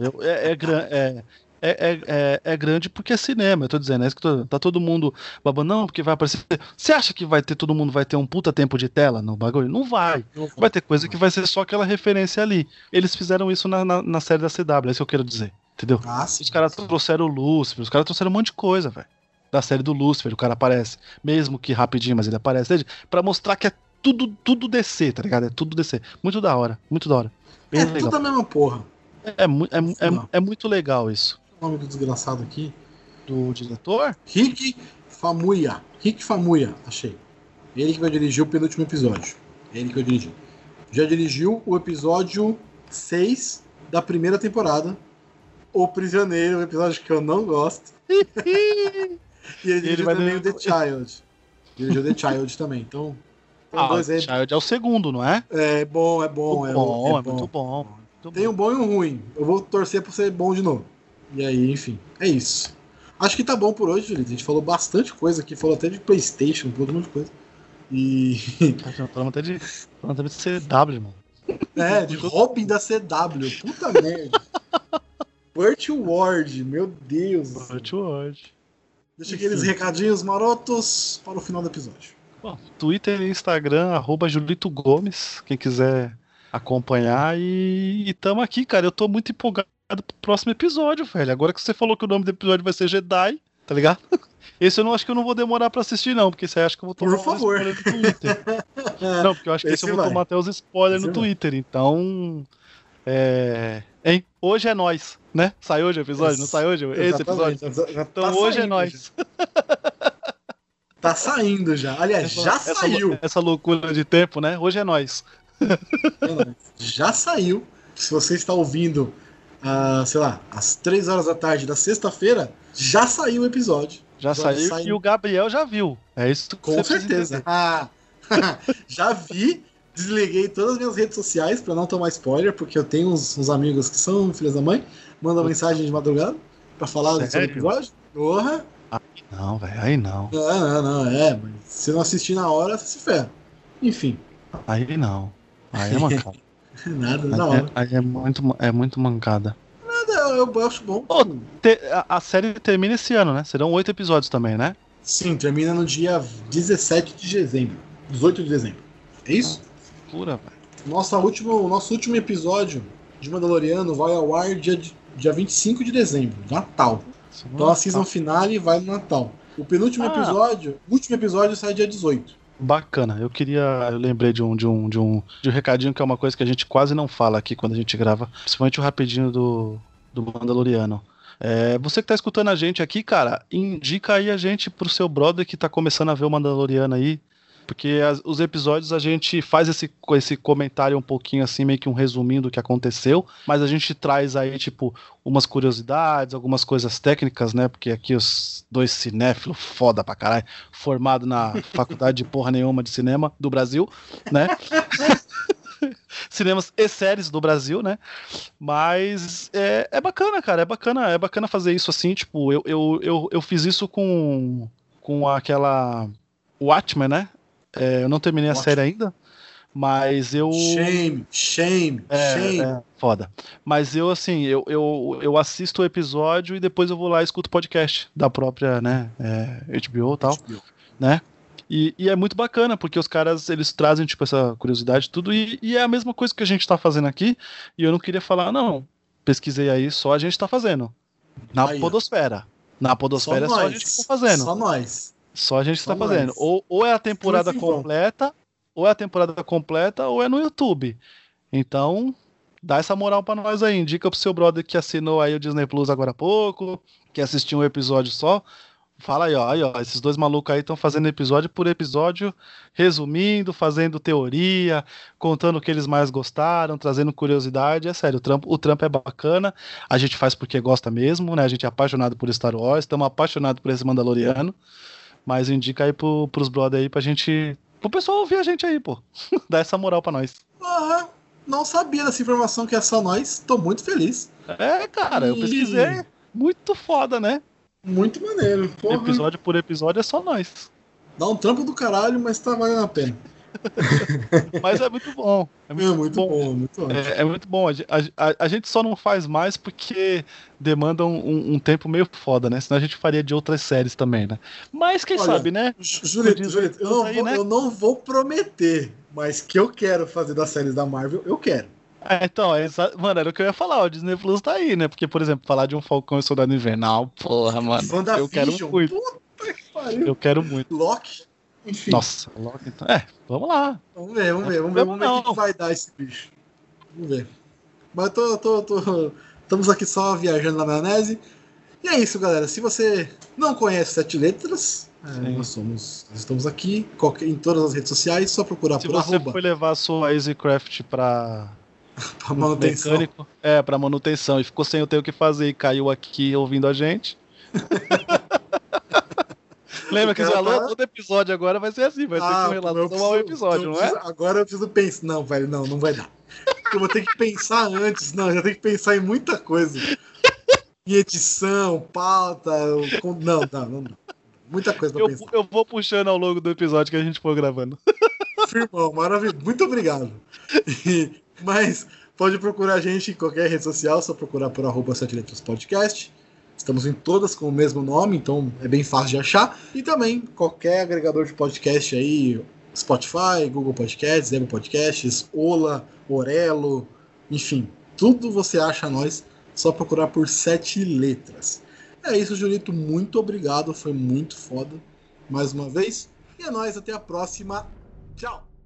É grande porque é cinema, eu tô dizendo. É isso que tá todo mundo babando, não, porque vai aparecer. Você acha que todo mundo vai ter um puta tempo de tela no bagulho? Não vai. Vai ter coisa que vai ser só aquela referência ali. Eles fizeram isso na série da CW, é isso que eu quero dizer. Entendeu? Os caras trouxeram o Lúcifer, os caras trouxeram um monte de coisa, velho. Da série do Lúcifer, o cara aparece. Mesmo que rapidinho, mas ele aparece. Pra mostrar que é tudo DC, tá ligado? É tudo DC. Muito da hora, muito da hora. Bem legal. Tudo a mesma porra. É muito legal isso. O nome do desgraçado aqui? Do diretor? Rick Famuyiwa, achei. Ele que vai dirigir o penúltimo episódio. Ele que vai dirigir. Já dirigiu o episódio 6 da primeira temporada. O Prisioneiro, um episódio que eu não gosto. E ele dirigiu também o The Child. Dirigiu The Child também, então... O The Child é o segundo, não é? É bom. Muito bom. Tem um bom e um ruim. Eu vou torcer pra ser bom de novo. E aí, enfim, é isso. Acho que tá bom por hoje, Julito. A gente falou bastante coisa aqui, falou até de PlayStation, falou um monte de coisa. E... Falando até de CW, mano. É, de Robin da CW. Puta merda. Burt Ward, meu Deus. Burt Ward. Deixa aqueles recadinhos marotos para o final do episódio. Bom, Twitter e Instagram, @Julito Gomes, quem quiser acompanhar. E tamo aqui, cara. Eu tô muito empolgado pro próximo episódio, velho. Agora que você falou que o nome do episódio vai ser Jedi, tá ligado? Esse eu não acho que eu não vou demorar pra assistir, não, porque você acha que eu vou tomar Por favor. spoiler no Twitter. Não, porque eu acho que esse eu vou tomar até os spoilers no Twitter, então... Hein? Hoje é nós, né? Sai hoje o episódio? Não sai hoje esse episódio? Já então tá hoje é nós. Tá saindo já. Aliás, já saiu. Essa loucura de tempo, né? Hoje é nós. Já saiu. Se você está ouvindo, sei lá, às 3 horas da tarde da sexta-feira, já saiu o episódio. Já saiu e o Gabriel já viu. É isso que com certeza. Já vi. Desliguei todas as minhas redes sociais pra não tomar spoiler, porque eu tenho uns amigos que são filhos da mãe, mandam mensagem de madrugada pra falar sobre o episódio. Porra! Não, velho, aí não. Não, mas se não assistir na hora, você se ferra. Enfim. Aí não. Aí é mancada. Nada, na hora. Aí é muito mancada. Nada, eu acho bom. A série termina esse ano, né? Serão 8 episódios também, né? Sim, termina no dia 17 de dezembro. 18 de dezembro. É isso? Pura, velho. Nosso último episódio de Mandaloriano vai ao ar dia 25 de dezembro, Natal. Então a season finale vai no Natal. O último episódio sai dia 18. Bacana, eu lembrei de um recadinho que é uma coisa que a gente quase não fala aqui quando a gente grava, principalmente o rapidinho do Mandaloriano. Você que tá escutando a gente aqui, cara, indica aí a gente pro seu brother que tá começando a ver o Mandaloriano aí. Porque os episódios a gente faz esse comentário um pouquinho assim, meio que um resuminho do que aconteceu, mas a gente traz aí, tipo, umas curiosidades, algumas coisas técnicas, né? Porque aqui os dois cinéfilos foda pra caralho, formado na faculdade de porra nenhuma de cinema do Brasil, né? Cinemas e séries do Brasil, né? Mas é bacana, cara, é bacana fazer isso assim, tipo, eu fiz isso com aquela Watchmen, né? Eu não terminei a série ainda, mas eu... Shame. Foda. Mas eu, assim, eu assisto o episódio e depois eu vou lá e escuto o podcast da própria, né, HBO e tal, né? E é muito bacana, porque os caras, eles trazem, tipo, essa curiosidade e tudo, e é a mesma coisa que a gente tá fazendo aqui, e eu não queria falar, não, pesquisei aí, só a gente tá fazendo. Na podosfera. Na podosfera só a gente tá fazendo. Só nós. Só a gente está fazendo. Ou é a temporada completa, ou é no YouTube. Então, dá essa moral pra nós aí. Indica pro seu brother que assinou aí o Disney Plus agora há pouco, que assistiu um episódio só. Fala aí, ó, esses dois malucos aí estão fazendo episódio por episódio, resumindo, fazendo teoria, contando o que eles mais gostaram, trazendo curiosidade. É sério, o trampo é bacana, a gente faz porque gosta mesmo, né? A gente é apaixonado por Star Wars, estamos apaixonados por esse Mandaloriano. Mas indica aí pros brother aí pro pessoal ouvir a gente aí, pô. Dá essa moral pra nós. Não sabia dessa informação que é só nós. Tô muito feliz. Cara, eu pesquisei. Muito foda, né? Muito maneiro. Porra. Episódio por episódio é só nós. Dá um trampo do caralho, mas tá valendo a pena. Mas é muito bom. É muito bom, muito ótimo. É muito bom. A gente só não faz mais porque demanda um tempo meio foda, né? Senão a gente faria de outras séries também, né? Mas quem sabe, né? Julito, eu não vou prometer, mas que eu quero fazer das séries da Marvel, eu quero. Então, mano, era o que eu ia falar, o Disney Plus tá aí, né? Porque, por exemplo, falar de um Falcão e Soldado Invernal, porra, mano, eu quero muito. Puta que pariu. Eu quero muito. Loki, enfim. Nossa, Loki, então. Vamos lá. Vamos ver o que vai dar esse bicho. Vamos ver. Mas estamos aqui só viajando na maionese. E é isso, galera. Se você não conhece Sete Letras, nós estamos aqui em todas as redes sociais, só procurar por Se você foi levar a sua EasyCraft pra manutenção. Mecânico, pra manutenção, e ficou sem eu ter o que fazer e caiu aqui ouvindo a gente. Lembra que todo episódio agora vai ser assim, vai ser com relação ao episódio, não é? Agora eu preciso pensar. Não, velho, não vai dar. Porque eu vou ter que pensar antes. Não, já tenho que pensar em muita coisa. Em edição, pauta. Não dá. Muita coisa pra pensar. Eu vou puxando ao longo do episódio que a gente for gravando. Firmão, maravilha. Muito obrigado. Mas pode procurar a gente em qualquer rede social, só procurar por @7letraspodcast. Estamos em todas com o mesmo nome, então é bem fácil de achar. E também qualquer agregador de podcast aí, Spotify, Google Podcasts, Apple Podcasts, Ola, Orelo, enfim, tudo você acha nós, só procurar por 7 letras. É isso, Julito, muito obrigado, foi muito foda, mais uma vez. E é nóis, até a próxima. Tchau!